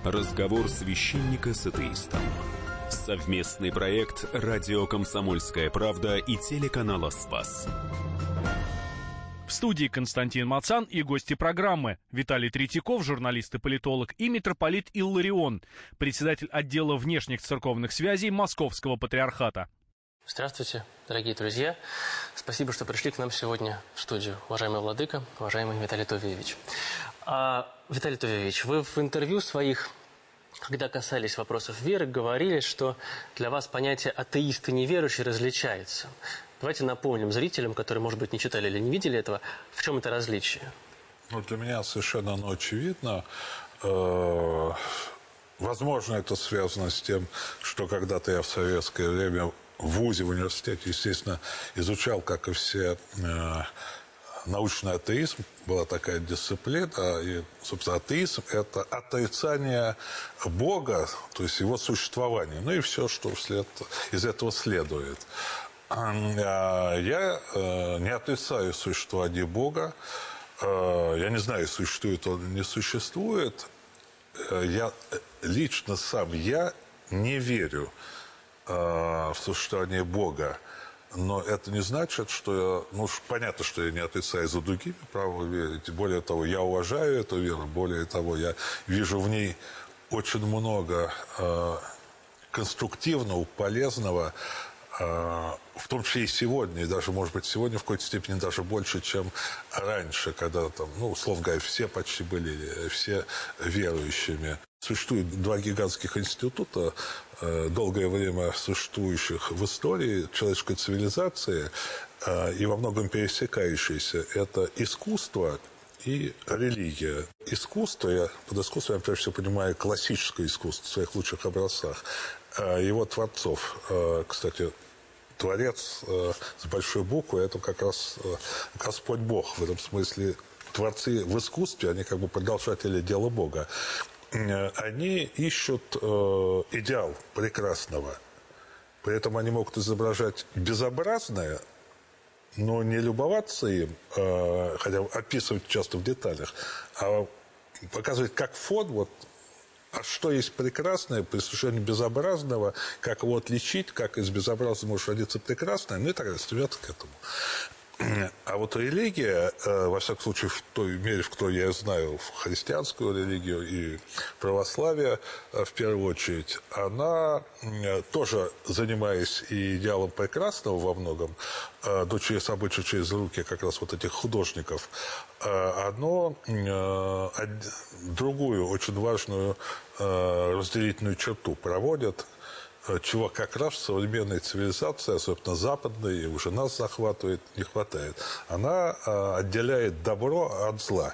Разговор священника с атеистом. Совместный проект «Радио Комсомольская правда» и телеканала «Спас». В студии Константин Мацан и гости программы: Виталий Третьяков, журналист и политолог, и митрополит Илларион, председатель отдела внешних церковных связей Московского патриархата. Здравствуйте, дорогие друзья. Спасибо, что пришли к нам сегодня в студию. Уважаемый владыка, уважаемый Виталий Тувиевич. Виталий Тувиевич, вы в интервью своих, когда касались вопросов веры, говорили, что для вас понятие атеист и неверующий различается. Давайте напомним зрителям, которые, может быть, не читали или не видели этого, в чем это различие. Для меня совершенно оно очевидно. Возможно, это связано с тем, что когда-то я в советское время в ВУЗе, в университете, естественно, изучал, как и все, научный атеизм. Была такая дисциплина. И, собственно, атеизм – это отрицание Бога, то есть его существования. И все, что из этого следует. Я не отрицаю существование Бога. Я не знаю, существует он или не существует. Я лично сам не верю в существование Бога. Но это не значит, что я... понятно, что я не отрицаю за другими право верить. Более того, я уважаю эту веру. Более того, я вижу в ней очень много конструктивного, полезного, в том числе и сегодня, и даже, может быть, сегодня в какой-то степени даже больше, чем раньше, когда условно говоря, все почти были, все верующими. Существует два гигантских института, долгое время существующих в истории человеческой цивилизации и во многом пересекающиеся. Это искусство и религия. Искусство, под искусством я прежде всего понимаю классическое искусство в своих лучших образцах. Его творцов, кстати, творец с большой буквы – это как раз Господь Бог. В этом смысле творцы в искусстве, они как бы продолжатели дела Бога. Они ищут идеал прекрасного. При этом они могут изображать безобразное, но не любоваться им, хотя описывать часто в деталях, а показывать как фон, а что есть прекрасное при существовании безобразного, как его отличить, как из безобразного может родиться прекрасное, и так далее, стремятся к этому. А религия, во всяком случае, в той мере, в которой я знаю, христианскую религию и православие, в первую очередь, она тоже, занимаясь и идеалом прекрасного во многом, через руки как раз этих художников, оно другую очень важную разделительную черту проводит, чего как раз в современной цивилизации, особенно западной, и уже нас захватывает, не хватает. Она отделяет добро от зла.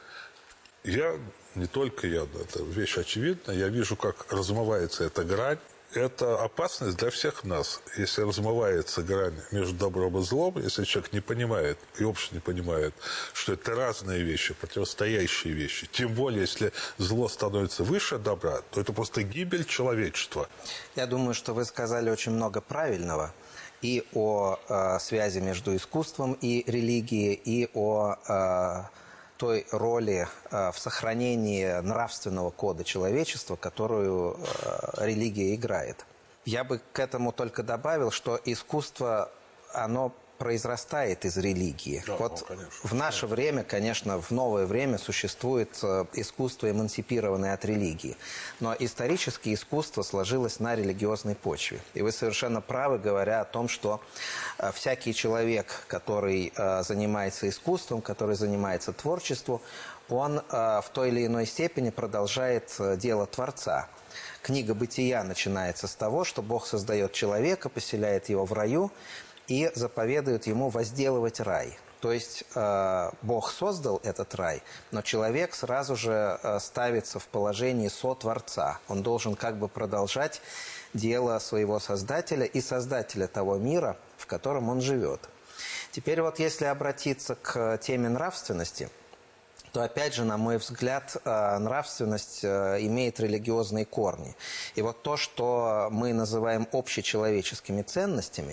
Не только я, это вещь очевидная, я вижу, как размывается эта грань. Это опасность для всех нас. Если размывается грань между добром и злом, если человек не понимает, и общество не понимает, что это разные вещи, противостоящие вещи, тем более, если зло становится выше добра, то это просто гибель человечества. Я думаю, что вы сказали очень много правильного и о связи между искусством и религией, и о той роли в сохранении нравственного кода человечества, которую религия играет. Я бы к этому только добавил, что искусство, оно произрастает из религии. Да, в наше время, конечно, в новое время существует искусство, эмансипированное от религии. Но исторически искусство сложилось на религиозной почве. И вы совершенно правы, говоря о том, что всякий человек, который занимается искусством, который занимается творчеством, он в той или иной степени продолжает дело Творца. Книга «Бытия» начинается с того, что Бог создает человека, поселяет его в раю и заповедует ему возделывать рай. То есть Бог создал этот рай, но человек сразу же ставится в положении сотворца. Он должен как бы продолжать дело своего Создателя и Создателя того мира, в котором он живет. Теперь если обратиться к теме нравственности, то, опять же, на мой взгляд, нравственность имеет религиозные корни. И то, что мы называем общечеловеческими ценностями,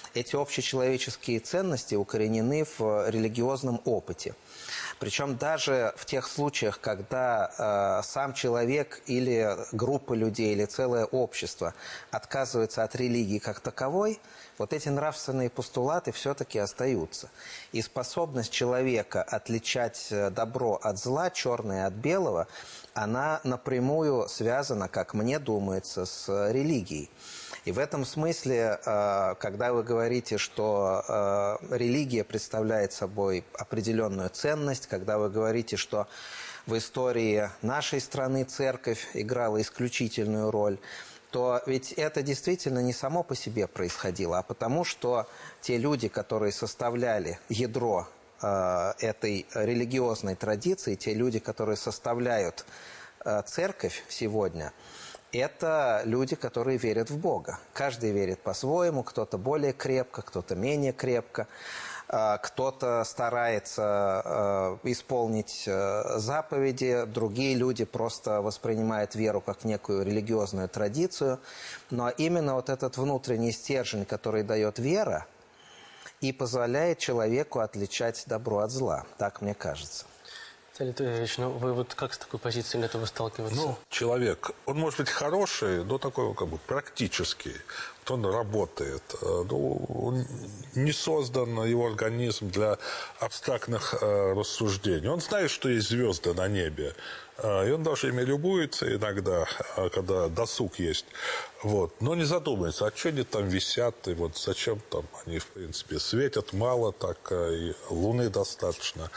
Эти общечеловеческие ценности укоренены в религиозном опыте. Причем даже в тех случаях, когда сам человек или группа людей, или целое общество отказывается от религии как таковой, вот эти нравственные постулаты все-таки остаются. И способность человека отличать добро от зла, черное от белого, она напрямую связана, как мне думается, с религией. И в этом смысле, когда вы говорите, что религия представляет собой определенную ценность, когда вы говорите, что в истории нашей страны церковь играла исключительную роль, то ведь это действительно не само по себе происходило, а потому что те люди, которые составляли ядро этой религиозной традиции, те люди, которые составляют церковь сегодня, это люди, которые верят в Бога. Каждый верит по-своему, кто-то более крепко, кто-то менее крепко, кто-то старается исполнить заповеди, другие люди просто воспринимают веру как некую религиозную традицию. Но именно вот этот внутренний стержень, который дает вера, и позволяет человеку отличать добро от зла. Так мне кажется. Виталий Товевич, ну вы вот как с такой позицией готовы сталкиваться? Ну, человек, он может быть хороший, но такой как бы практический. Вот он работает. Ну, он не создан его организм для абстрактных рассуждений. Он знает, что есть звезды на небе. И он даже ими любуется иногда, когда досуг есть. Вот. Но не задумывается, а что они там висят, и вот зачем там они, в принципе, светят мало, так и луны достаточно.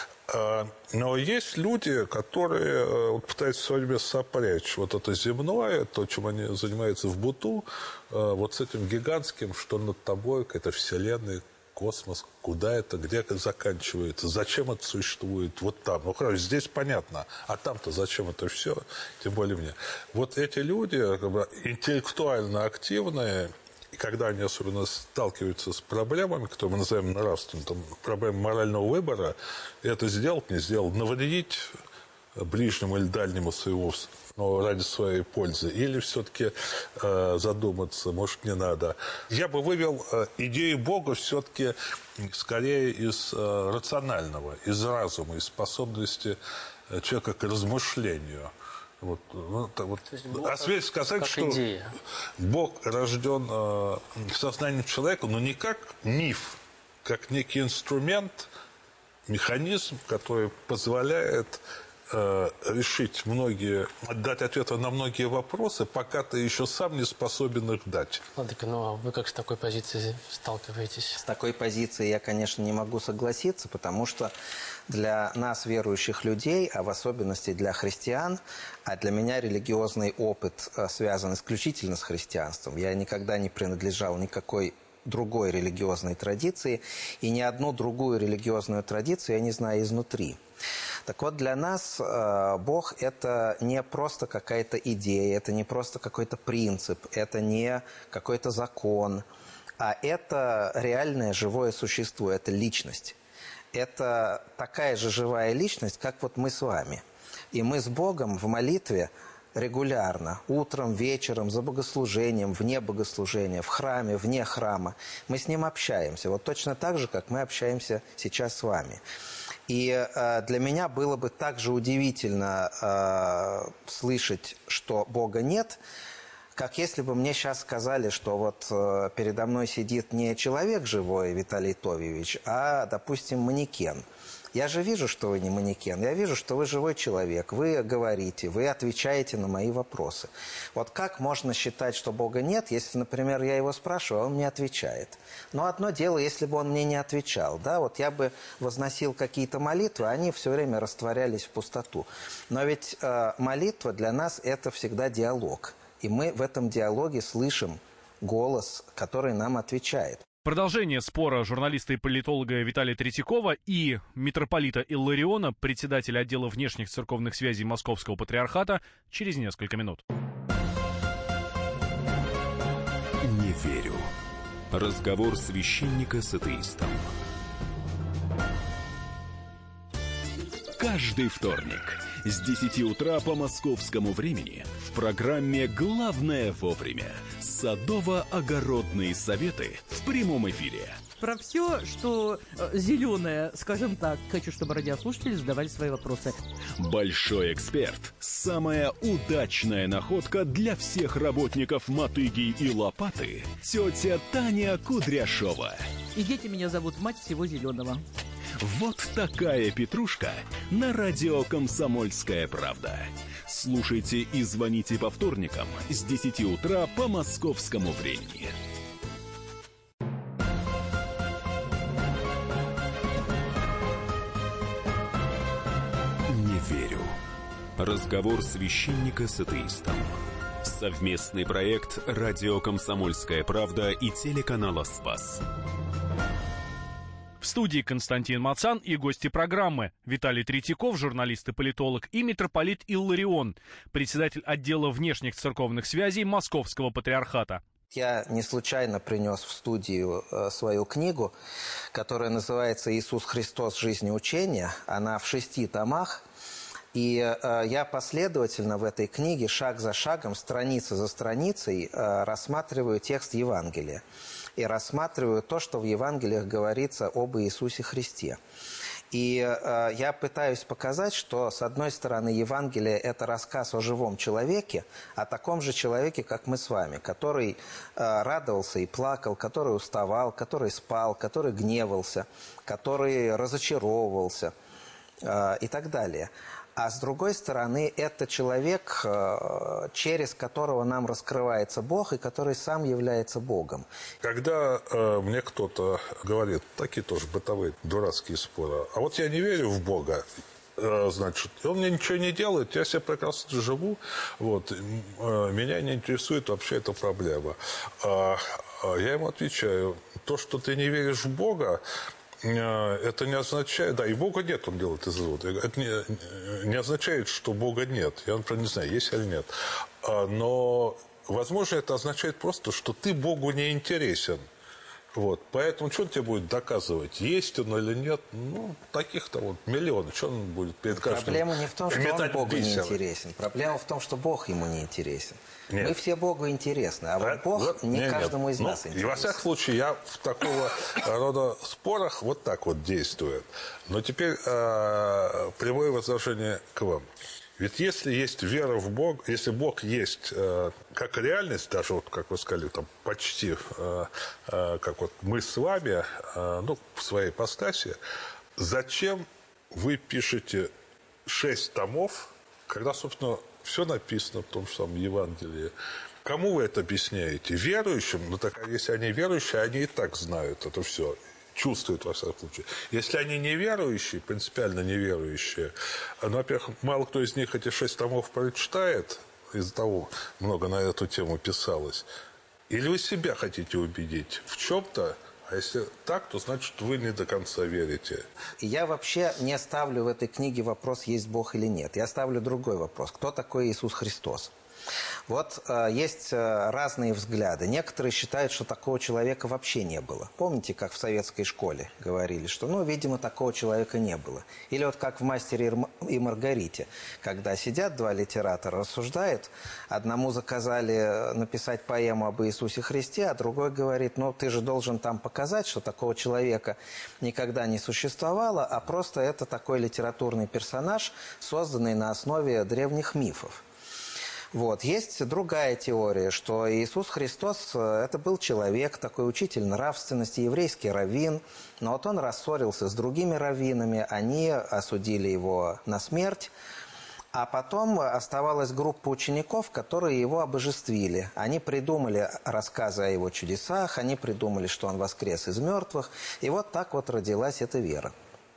Но есть люди, которые пытаются в свое время сопрячь вот это земное, то, чем они занимаются в быту, вот с этим гигантским, что над тобой, какая-то вселенная, космос, куда это, где это заканчивается, зачем это существует, вот там. Ну, хорошо, здесь понятно, а там-то зачем это все, тем более мне. Вот эти люди, как бы, интеллектуально активные, и когда они особенно сталкиваются с проблемами, которые мы называем нравственными, там, проблемами морального выбора, это сделать, не сделать, навредить ближнему или дальнему своего, но ради своей пользы, или все-таки задуматься, может, не надо. Я бы вывел идею Бога все-таки скорее из рационального, из разума, из способности человека к размышлению. Вот, сказать, что идея. Бог рожден сознанием человека, но не как миф, как некий инструмент, механизм, который позволяет решить многие, дать ответы на многие вопросы, пока ты еще сам не способен их дать. Владыка, ну а вы как с такой позицией сталкиваетесь? С такой позицией я, конечно, не могу согласиться, потому что для нас, верующих людей, а в особенности для христиан, а для меня религиозный опыт связан исключительно с христианством. Я никогда не принадлежал никакой другой религиозной традиции, и ни одну другую религиозную традицию я не знаю изнутри. Так вот, для нас Бог – это не просто какая-то идея, это не просто какой-то принцип, это не какой-то закон, а это реальное живое существо, это личность. Это такая же живая личность, как вот мы с вами. И мы с Богом в молитве регулярно, утром, вечером, за богослужением, вне богослужения, в храме, вне храма. Мы с Ним общаемся, вот точно так же, как мы общаемся сейчас с вами. И для меня было бы также удивительно слышать, что Бога нет, как если бы мне сейчас сказали, что вот передо мной сидит не человек живой, Виталий Товевич, а, допустим, манекен. Я же вижу, что вы не манекен, я вижу, что вы живой человек, вы говорите, вы отвечаете на мои вопросы. Вот как можно считать, что Бога нет, если, например, я его спрашиваю, а он мне отвечает? Но одно дело, если бы он мне не отвечал, да, вот я бы возносил какие-то молитвы, они все время растворялись в пустоту. Но ведь молитва для нас – это всегда диалог, и мы в этом диалоге слышим голос, который нам отвечает. Продолжение спора журналиста и политолога Виталия Третьякова и митрополита Иллариона, председателя отдела внешних церковных связей Московского патриархата, через несколько минут. Не верю. Разговор священника с атеистом. Каждый вторник С 10 утра по московскому времени в программе «Главное вовремя» садово-огородные советы в прямом эфире. Про все, что зеленое, скажем так, хочу, чтобы радиослушатели задавали свои вопросы. Большой эксперт. Самая удачная находка для всех работников мотыги и лопаты. Тетя Таня Кудряшова. И дети меня зовут мать всего зеленого. Вот такая петрушка на радио «Комсомольская правда». Слушайте и звоните по вторникам с 10 утра по московскому времени. Не верю. Разговор священника с атеистом. Совместный проект «Радио «Комсомольская правда» и телеканала «Спас». В студии Константин Мацан и гости программы Виталий Третьяков, журналист и политолог, и митрополит Илларион, председатель отдела внешних церковных связей Московского патриархата. Я не случайно принес в студию свою книгу, которая называется «Иисус Христос. Жизнь и учение». Она в 6 томах. И я последовательно в этой книге, шаг за шагом, страница за страницей, рассматриваю текст Евангелия. И рассматриваю то, что в Евангелиях говорится об Иисусе Христе. И я пытаюсь показать, что, с одной стороны, Евангелие – это рассказ о живом человеке, о таком же человеке, как мы с вами, который радовался и плакал, который уставал, который спал, который гневался, который разочаровывался и так далее. А с другой стороны, это человек, через которого нам раскрывается Бог и который сам является Богом. Когда мне кто-то говорит, такие тоже бытовые дурацкие споры, а вот я не верю в Бога, значит, он мне ничего не делает, я себе прекрасно живу, вот, меня не интересует вообще эта проблема. Я ему отвечаю, то, что ты не веришь в Бога, это не означает... Да, и Бога нет, он делает из извода. Это не означает, что Бога нет. Я, например, не знаю, есть или нет. Но, возможно, это означает просто, что ты Богу не интересен. Вот. Поэтому что он тебе будет доказывать, есть он или нет? Ну, таких-то вот миллионы. Что он будет перед каждым... Проблема не в том, что он Богу не интересен. Проблема в том, что Бог ему не интересен. Нет. Мы все Богу интересесны, а вот Бог вот, не каждому из нас интересен. И во всяком случае, я в такого рода спорах вот так вот действую. Но теперь прямое возражение к вам. Ведь если есть вера в Бога, если Бог есть как реальность, даже вот, как вы сказали, там, почти как вот мы с вами, ну, в своей ипостаси, зачем вы пишете 6 томов, когда, собственно, все написано в том же самом Евангелии? Кому вы это объясняете? Верующим? Ну, так, если они верующие, они и так знают это все. Чувствуют, во всяком случае. Если они неверующие, принципиально неверующие, ну, во-первых, мало кто из них эти 6 томов прочитает, из-за того много на эту тему писалось. Или вы себя хотите убедить в чем-то, а если так, то значит вы не до конца верите. Я вообще не ставлю в этой книге вопрос, есть Бог или нет. Я ставлю другой вопрос. Кто такой Иисус Христос? Вот есть разные взгляды. Некоторые считают, что такого человека вообще не было. Помните, как в советской школе говорили, что, ну, видимо, такого человека не было. Или вот как в «Мастере и Маргарите», когда сидят 2 литератора, рассуждают, одному заказали написать поэму об Иисусе Христе, а другой говорит, ну, ты же должен там показать, что такого человека никогда не существовало, а просто это такой литературный персонаж, созданный на основе древних мифов. Вот. Есть другая теория, что Иисус Христос – это был человек, такой учитель нравственности, еврейский раввин, но вот он рассорился с другими раввинами, они осудили его на смерть, а потом оставалась группа учеников, которые его обожествили. Они придумали рассказы о его чудесах, они придумали, что он воскрес из мертвых, и вот так вот родилась эта вера.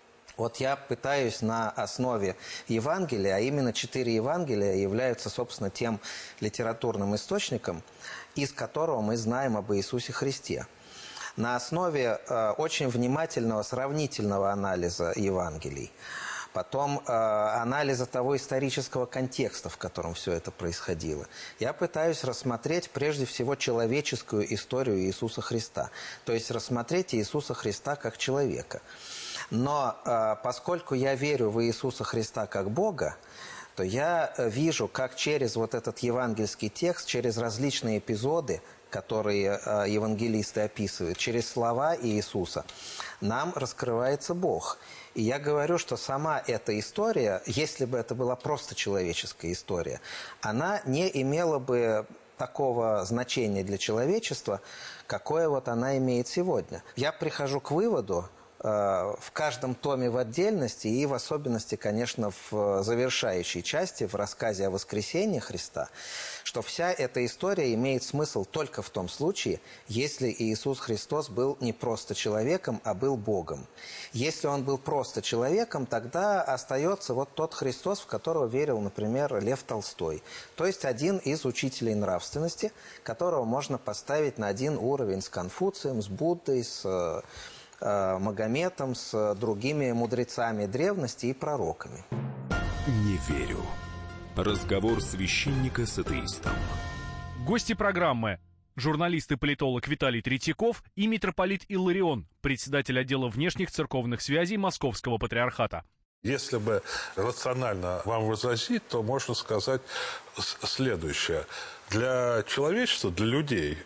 Вот я пытаюсь на основе Евангелия, а именно 4 Евангелия являются, собственно, тем литературным источником, из которого мы знаем об Иисусе Христе. На основе очень внимательного сравнительного анализа Евангелий, потом анализа того исторического контекста, в котором все это происходило, я пытаюсь рассмотреть прежде всего человеческую историю Иисуса Христа, то есть рассмотреть Иисуса Христа как человека. Но поскольку я верю в Иисуса Христа как Бога, то я вижу, как через вот этот евангельский текст, через различные эпизоды, которые евангелисты описывают, через слова Иисуса, нам раскрывается Бог. И я говорю, что сама эта история, если бы это была просто человеческая история, она не имела бы такого значения для человечества, какое вот она имеет сегодня. Я прихожу к выводу, в каждом томе в отдельности и в особенности, конечно, в завершающей части, в рассказе о воскресении Христа, что вся эта история имеет смысл только в том случае, если Иисус Христос был не просто человеком, а был Богом. Если Он был просто человеком, тогда остается вот тот Христос, в которого верил, например, Лев Толстой. То есть один из учителей нравственности, которого можно поставить на один уровень с Конфуцием, с Буддой, с Магометом, с другими мудрецами древности и пророками. Не верю. Разговор священника с атеистом. Гости программы: журналист и политолог Виталий Третьяков и митрополит Илларион, председатель отдела внешних церковных связей Московского патриархата. Если бы рационально вам возразить, то можно сказать следующее. Для человечества, для людей,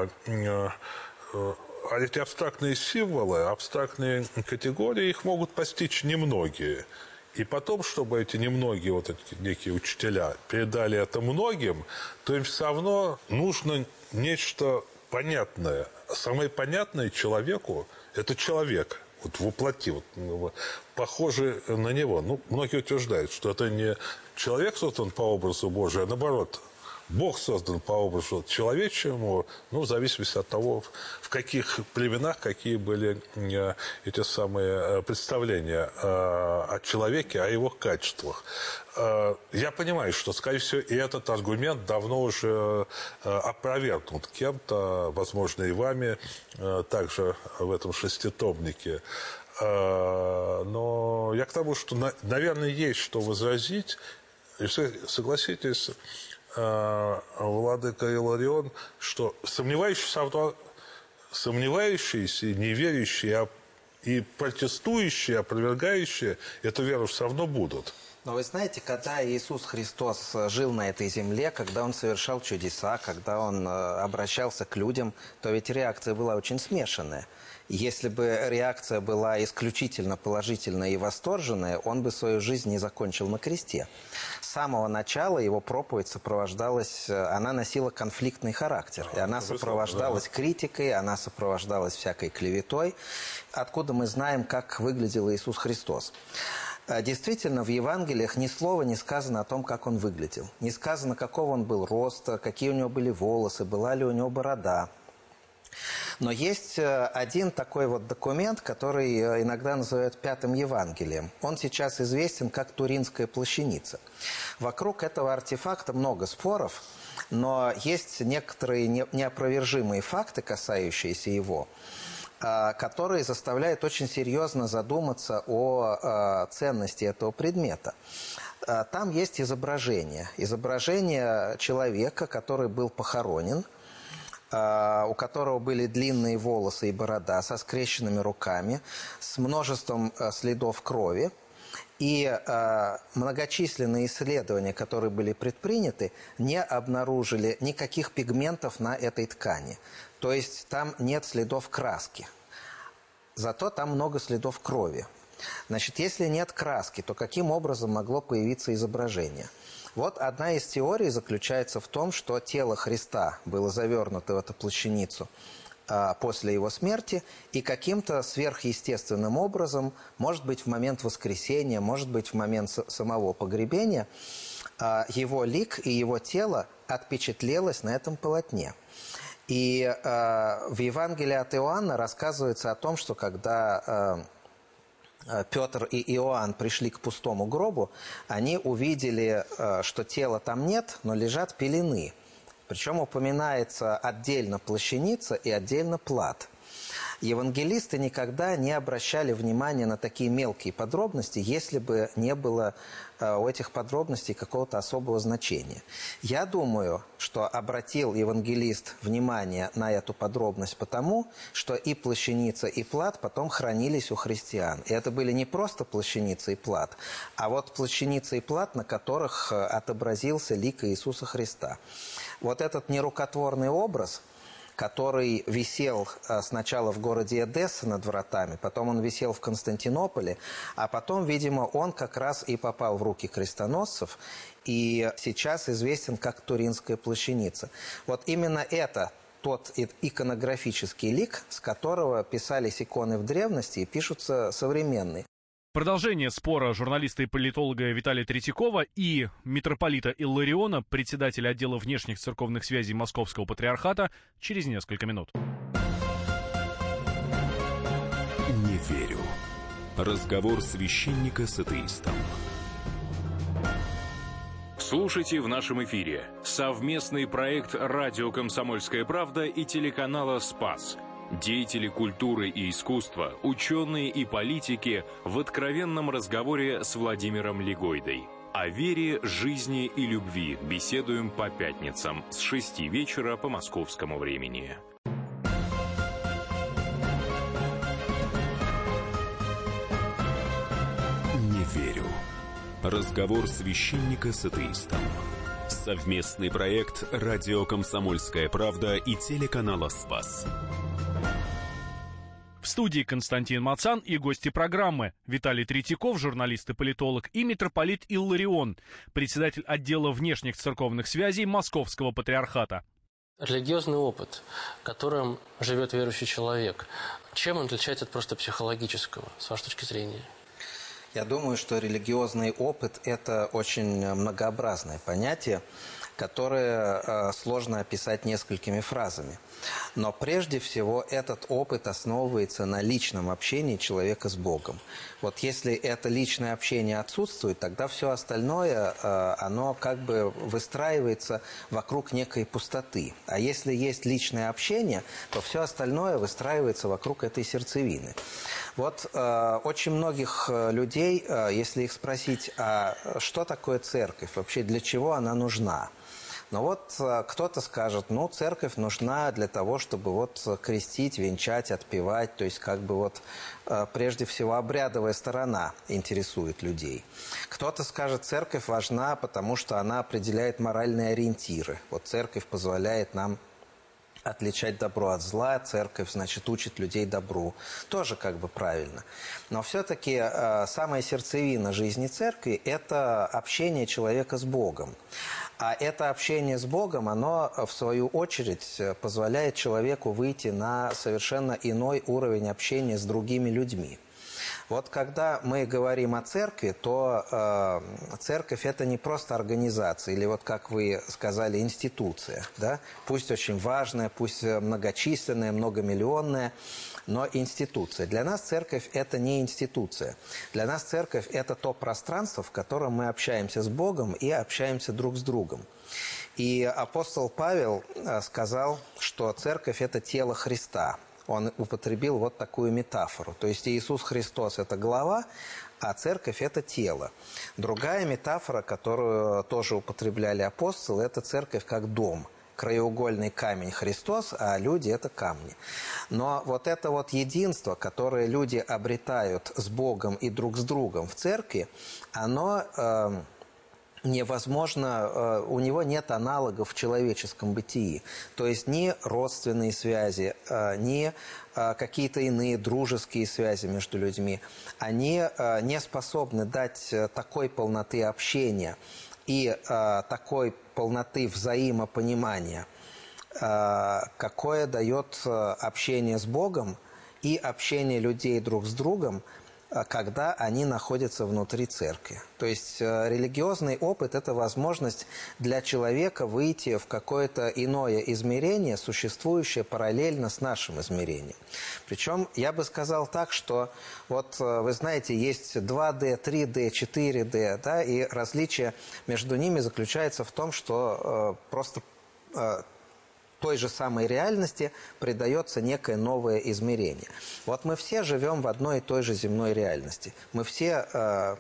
эти абстрактные символы, абстрактные категории, их могут постичь немногие. И потом, чтобы эти немногие, вот эти некие учителя, передали это многим, то им все равно нужно нечто понятное. Самое понятное человеку – это человек. Вот воплоти, вот, похожий на него. Ну, многие утверждают, что это не человек создан по образу Божию, а наоборот – Бог создан по образу человечьему, ну, в зависимости от того, в каких племенах какие были эти самые представления о человеке, о его качествах. Я понимаю, что, скорее всего, и этот аргумент давно уже опровергнут кем-то, возможно, и вами, также в этом шеститомнике. Но я к тому, что, наверное, есть что возразить. И согласитесь, владыка Илларион, что сомневающиеся, неверующие и протестующие, опровергающие эту веру все равно будут. Но вы знаете, когда Иисус Христос жил на этой земле, когда Он совершал чудеса, когда Он обращался к людям, то ведь реакция была очень смешанная. Если бы реакция была исключительно положительная и восторженная, Он бы свою жизнь не закончил на кресте. С самого начала Его проповедь сопровождалась, она носила конфликтный характер. И она сопровождалась критикой, она сопровождалась всякой клеветой. Откуда мы знаем, как выглядел Иисус Христос? Действительно, в Евангелиях ни слова не сказано о том, как Он выглядел. Не сказано, какого Он был роста, какие у Него были волосы, была ли у Него борода. Но есть один такой вот документ, который иногда называют Пятым Евангелием. Он сейчас известен как Туринская плащаница. Вокруг этого артефакта много споров, но есть некоторые неопровержимые факты, касающиеся его, которые заставляют очень серьезно задуматься о ценности этого предмета. Там есть изображение человека, который был похоронен, у которого были длинные волосы и борода, со скрещенными руками, с множеством следов крови. И многочисленные исследования, которые были предприняты, не обнаружили никаких пигментов на этой ткани. То есть там нет следов краски. Зато там много следов крови. Значит, если нет краски, то каким образом могло появиться изображение? Вот одна из теорий заключается в том, что тело Христа было завернуто в эту плащаницу после Его смерти, и каким-то сверхъестественным образом, может быть, в момент воскресения, может быть, в момент самого погребения, Его лик и Его тело отпечатлелось на этом полотне. И в Евангелии от Иоанна рассказывается о том, что когда Петр и Иоанн пришли к пустому гробу, они увидели, что тела там нет, но лежат пелены. Причем упоминается отдельно плащаница и отдельно плат. Евангелисты никогда не обращали внимания на такие мелкие подробности, если бы не было у этих подробностей какого-то особого значения. Я думаю, что обратил евангелист внимание на эту подробность потому, что и плащаница, и плат потом хранились у христиан. И это были не просто плащаница и плат, а вот плащаница и плат, на которых отобразился лик Иисуса Христа. Вот этот нерукотворный образ, который висел сначала в городе Эдесса над вратами, потом он висел в Константинополе, а потом, видимо, он как раз и попал в руки крестоносцев, и сейчас известен как Туринская плащаница. Вот именно это тот иконографический лик, с которого писались иконы в древности и пишутся современные. Продолжение спора журналиста и политолога Виталия Третьякова и митрополита Иллариона, председателя отдела внешних церковных связей Московского патриархата, через несколько минут. Не верю. Разговор священника с атеистом. Слушайте в нашем эфире совместный проект «Радио Комсомольская правда» и телеканала «Спас». Деятели культуры и искусства, ученые и политики в откровенном разговоре с Владимиром Легойдой. О вере, жизни и любви беседуем по пятницам с 6 вечера по московскому времени. Не верю. Разговор священника с атеистом. Совместный проект «Радио Комсомольская правда» и телеканала «Спас». В студии Константин Мацан и гости программы Виталий Третьяков, журналист и политолог, и митрополит Илларион, председатель отдела внешних церковных связей Московского патриархата. Религиозный опыт, которым живет верующий человек, чем он отличается от просто психологического, с вашей точки зрения? Я думаю, что религиозный опыт – это очень многообразное понятие, которое сложно описать несколькими фразами. Но прежде всего этот опыт основывается на личном общении человека с Богом. Вот если это личное общение отсутствует, тогда все остальное, оно как бы выстраивается вокруг некой пустоты. А если есть личное общение, то все остальное выстраивается вокруг этой сердцевины. Вот очень многих людей, если их спросить, а что такое церковь, вообще для чего она нужна? Но вот кто-то скажет, ну, церковь нужна для того, чтобы вот крестить, венчать, отпевать. То есть как бы вот прежде всего обрядовая сторона интересует людей. Кто-то скажет, церковь важна, потому что она определяет моральные ориентиры. Вот церковь позволяет нам отличать добро от зла, церковь, значит, учит людей добру. Тоже как бы правильно. Но все-таки самая сердцевина жизни церкви – это общение человека с Богом. А это общение с Богом, оно, в свою очередь, позволяет человеку выйти на совершенно иной уровень общения с другими людьми. Вот когда мы говорим о церкви, то церковь – это не просто организация, или вот, как вы сказали, институция. Да? Пусть очень важная, пусть многочисленная, многомиллионная, но институция. Для нас церковь – это не институция. Для нас церковь – это то пространство, в котором мы общаемся с Богом и общаемся друг с другом. И апостол Павел сказал, что церковь – это тело Христа. Он употребил вот такую метафору. То есть Иисус Христос – это глава, а церковь – это тело. Другая метафора, которую тоже употребляли апостолы – это церковь как дом. Краеугольный камень Христос, а люди – это камни. Но вот это вот единство, которое люди обретают с Богом и друг с другом в церкви, оно невозможно, у него нет аналогов в человеческом бытии. То есть ни родственные связи, ни какие-то иные дружеские связи между людьми, они не способны дать такой полноты общения и такой полноты взаимопонимания, какое дает общение с Богом и общение людей друг с другом, когда они находятся внутри церкви. То есть религиозный опыт – это возможность для человека выйти в какое-то иное измерение, существующее параллельно с нашим измерением. Причем я бы сказал так, что вот вы знаете, есть 2D, 3D, 4D, да, и различие между ними заключается в том, что просто той же самой реальности придается некое новое измерение. Вот мы все живем в одной и той же земной реальности. Мы все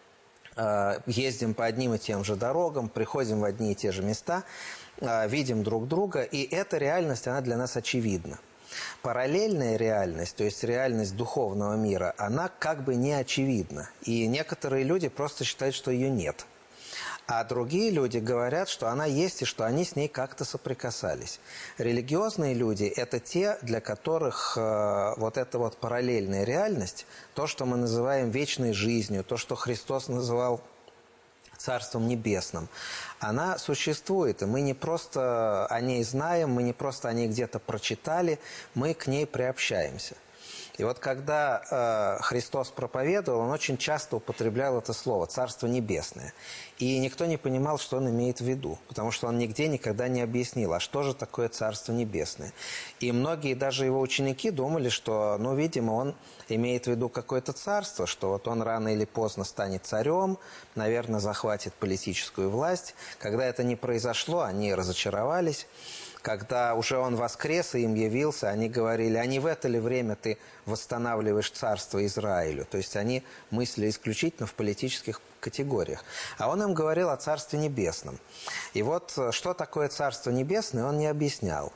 ездим по одним и тем же дорогам, приходим в одни и те же места, видим друг друга, и эта реальность, она для нас очевидна. Параллельная реальность, то есть реальность духовного мира, она как бы не очевидна. И некоторые люди просто считают, что ее нет. А другие люди говорят, что она есть и что они с ней как-то соприкасались. Религиозные люди – это те, для которых вот эта вот параллельная реальность, то, что мы называем вечной жизнью, то, что Христос называл Царством Небесным, она существует, и мы не просто о ней знаем, мы не просто о ней где-то прочитали, мы к ней приобщаемся. И вот когда Христос проповедовал, он очень часто употреблял это слово «Царство Небесное». И никто не понимал, что он имеет в виду, потому что он нигде никогда не объяснил, а что же такое Царство Небесное. И многие, даже его ученики, думали, что, ну, видимо, он имеет в виду какое-то царство, что вот он рано или поздно станет царем, наверное, захватит политическую власть. Когда это не произошло, они разочаровались. Когда уже он воскрес и им явился, они говорили, а не в это ли время ты восстанавливаешь царство Израилю? То есть они мыслили исключительно в политических категориях. А он им говорил о Царстве Небесном. И вот что такое Царство Небесное, он не объяснял.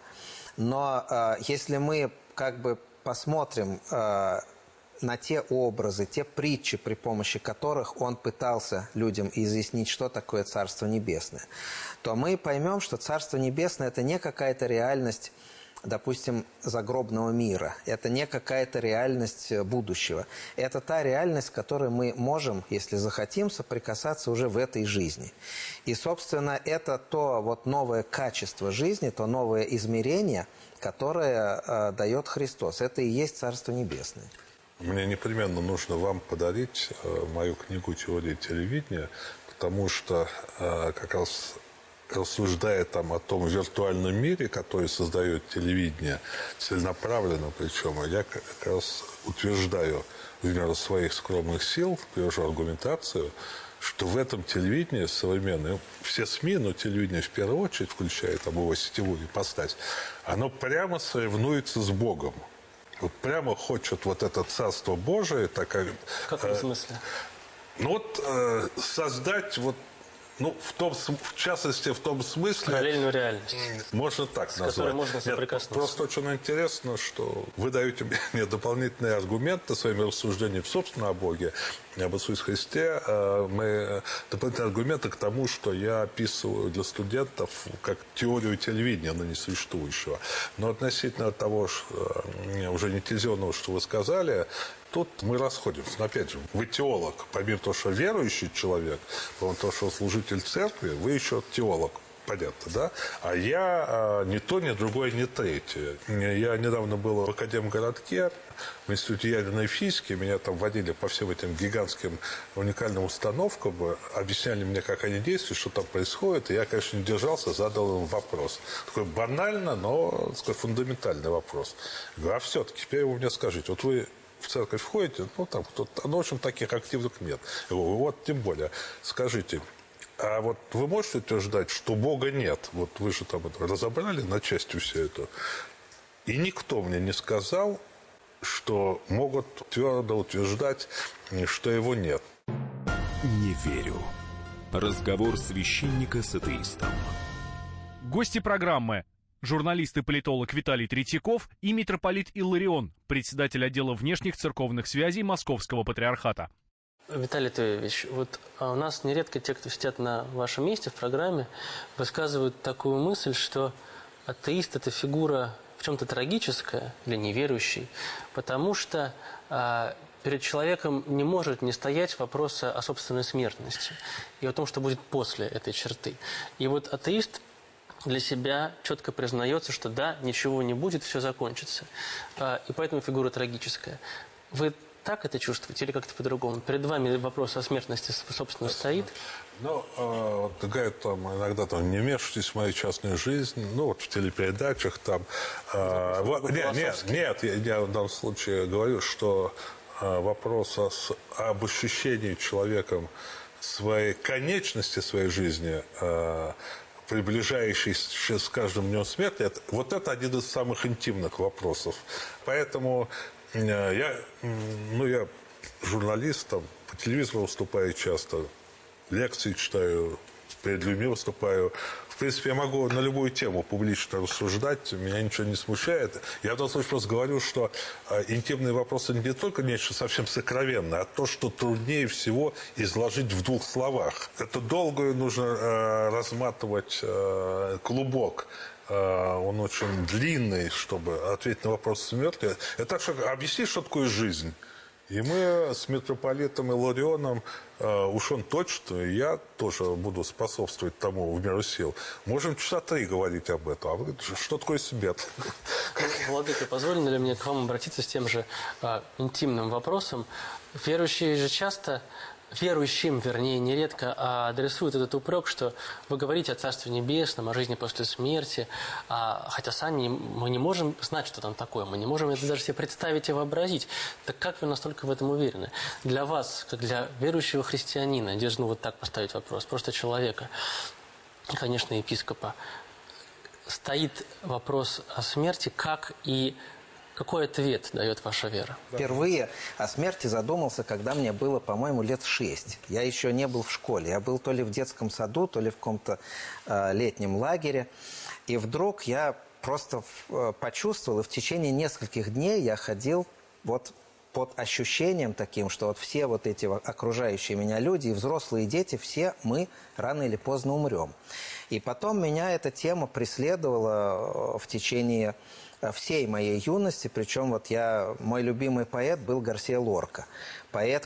Но если мы как бы посмотрим на те образы, те притчи, при помощи которых он пытался людям изъяснить, что такое Царство Небесное, то мы поймем, что Царство Небесное – это не какая-то реальность, допустим, загробного мира. Это не какая-то реальность будущего. Это та реальность, с которой мы можем, если захотим, соприкасаться уже в этой жизни. И, собственно, это то вот новое качество жизни, то новое измерение, которое дает Христос. Это и есть Царство Небесное. Мне непременно нужно вам подарить мою книгу «Теория телевидения», потому что как раз рассуждая там о том виртуальном мире, который создает телевидение, целенаправленно причем, я как раз утверждаю в меру своих скромных сил, привожу аргументацию, что в этом телевидении современное, все СМИ, но телевидение в первую очередь, включая там его сетевую ипостась, оно прямо соревнуется с Богом. Вот прямо хочет вот это Царство Божие, так как... В каком смысле? Ну вот создать вот, ну, в частности, в том смысле... Параллельную реальность. Можно так назвать. С которой можно соприкоснуться. Просто очень интересно, что вы даете мне дополнительные аргументы своими рассуждениями, собственно, о Боге, об Иисусе Христе. Дополнительные аргументы к тому, что я описываю для студентов как теорию телевидения, но не существующего. Но относительно того, уже не телевизионного, что вы сказали, тут мы расходимся. Но опять же, вы теолог, помимо того, что верующий человек, помимо того, что служитель церкви, вы еще теолог. Понятно, да? А я ни то, ни другое, ни третье. Я недавно был в Академгородке, в Институте ядерной физики. Меня там водили по всем этим гигантским уникальным установкам, объясняли мне, как они действуют, что там происходит. И я, конечно, не держался, задал им вопрос. Такой банально, но такой фундаментальный вопрос. Говорю, а все-таки теперь вы мне скажите, вот вы в церковь входите, ну, там кто-то, ну, в общем, таких активных нет. Я говорю, вот, тем более, скажите, а вот вы можете утверждать, что Бога нет? Вот вы же там это разобрали на части все это. И никто мне не сказал, что могут твердо утверждать, что его нет. Не верю. Разговор священника с атеистом. Гости программы: журналист и политолог Виталий Третьяков и митрополит Илларион, председатель отдела внешних церковных связей Московского патриархата. Виталий Тойевич, вот у нас нередко те, кто сидят на вашем месте в программе, высказывают такую мысль, что атеист – это фигура в чем-то трагическая для неверующей, потому что перед человеком не может не стоять вопрос о собственной смертности и о том, что будет после этой черты. И вот атеист для себя четко признается, что да, ничего не будет, все закончится. И поэтому фигура трагическая. Вы так это чувствуете или как-то по-другому? Перед вами вопрос о смертности, собственно, стоит? Ну, говорят, там, иногда там, не вмешивайтесь в мою частную жизнь, ну, вот в телепередачах там... Нет, я в данном случае говорю, что вопрос об ощущении человеком своей конечности своей жизни приближающийся с каждым днем смерти, вот это один из самых интимных вопросов. Поэтому я журналист, там, по телевизору выступаю часто, лекции читаю, перед людьми выступаю. В принципе, я могу на любую тему публично рассуждать, меня ничего не смущает. Я в данном случае просто говорю, что интимные вопросы не только нечто совсем сокровенное, а то, что труднее всего изложить в 2 словах. Это долго нужно разматывать клубок. Он очень длинный, чтобы ответить на вопрос смерти. Это так, что объясни, что такое жизнь. И мы с митрополитом Илларионом, уж он точно, и я тоже буду способствовать тому в меру сил, можем часа 3 говорить об этом. А вы, что такое смерть? Владыка, позволено ли мне к вам обратиться с тем же интимным вопросом? Верующие же часто... Верующим, вернее, нередко адресуют этот упрек, что вы говорите о Царстве Небесном, о жизни после смерти, хотя сами мы не можем знать, что там такое, мы не можем это даже себе представить и вообразить. Так как вы настолько в этом уверены? Для вас, как для верующего христианина, дерзну вот так поставить вопрос, просто человека, конечно, епископа, стоит вопрос о смерти, как и... Какой ответ дает ваша вера? Впервые о смерти задумался, когда мне было, по-моему, лет 6. Я еще не был в школе. Я был то ли в детском саду, то ли в каком-то летнем лагере. И вдруг я просто почувствовал, и в течение нескольких дней я ходил вот под ощущением таким, что вот все вот эти окружающие меня люди, и взрослые, и дети, все мы рано или поздно умрем. И потом меня эта тема преследовала в течение... всей моей юности, причем мой любимый поэт был Гарсия Лорка. Поэт,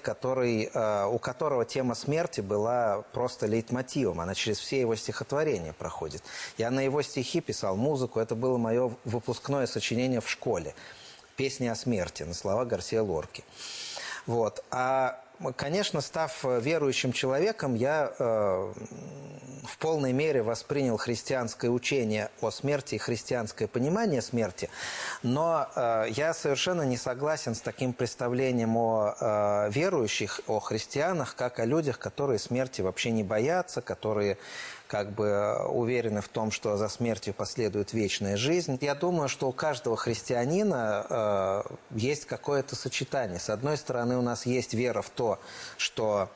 у которого тема смерти была просто лейтмотивом, она через все его стихотворения проходит. Я на его стихи писал музыку, это было мое выпускное сочинение в школе. «Песни о смерти» на слова Гарсия Лорки. Вот. Конечно, став верующим человеком, я в полной мере воспринял христианское учение о смерти и христианское понимание смерти, но я совершенно не согласен с таким представлением о верующих, о христианах, как о людях, которые смерти вообще не боятся, которые уверены в том, что за смертью последует вечная жизнь. Я думаю, что у каждого христианина есть какое-то сочетание. С одной стороны, у нас есть вера в то, что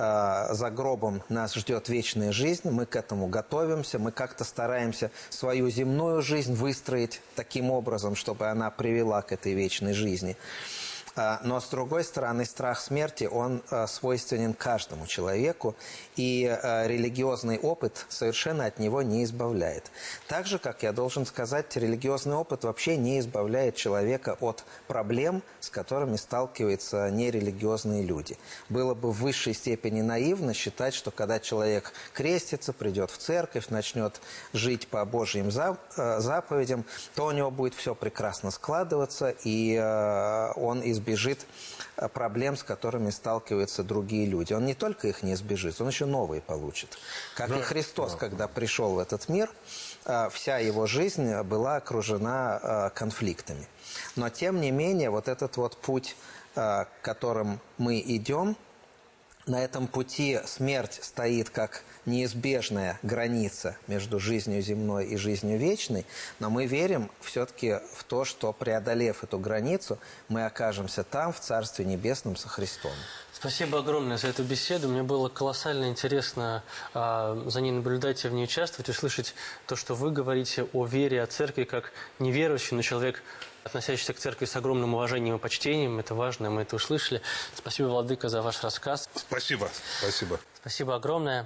за гробом нас ждет вечная жизнь, мы к этому готовимся, мы как-то стараемся свою земную жизнь выстроить таким образом, чтобы она привела к этой вечной жизни. Но, с другой стороны, страх смерти, он свойственен каждому человеку, и религиозный опыт совершенно от него не избавляет. Так же, как я должен сказать, религиозный опыт вообще не избавляет человека от проблем, с которыми сталкиваются нерелигиозные люди. Было бы в высшей степени наивно считать, что когда человек крестится, придет в церковь, начнет жить по Божьим заповедям, то у него будет все прекрасно складываться, и он избежит проблем, с которыми сталкиваются другие люди. Он не только их не избежит, он еще новые получит. Как и Христос, когда пришел в этот мир, вся его жизнь была окружена конфликтами. Но, тем не менее, вот этот вот путь, которым мы идем, на этом пути смерть стоит как неизбежная граница между жизнью земной и жизнью вечной, но мы верим все-таки в то, что, преодолев эту границу, мы окажемся там, в Царстве Небесном, со Христом. Спасибо огромное за эту беседу. Мне было колоссально интересно за ней наблюдать и в ней участвовать, услышать то, что вы говорите о вере, о церкви, как неверующий, но человек, относящийся к церкви с огромным уважением и почтением. Это важно, мы это услышали. Спасибо, Владыка, за ваш рассказ. Спасибо. Спасибо. Спасибо огромное.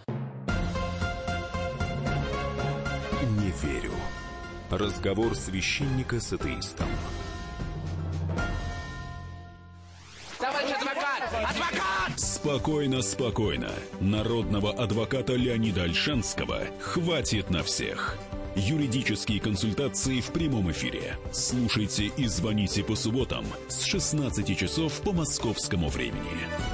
Не верю. Разговор священника с атеистом. Товарищ адвокат! Адвокат! Спокойно, спокойно. Народного адвоката Леонида Ольшанского хватит на всех. Юридические консультации в прямом эфире. Слушайте и звоните по субботам с 16 часов по московскому времени.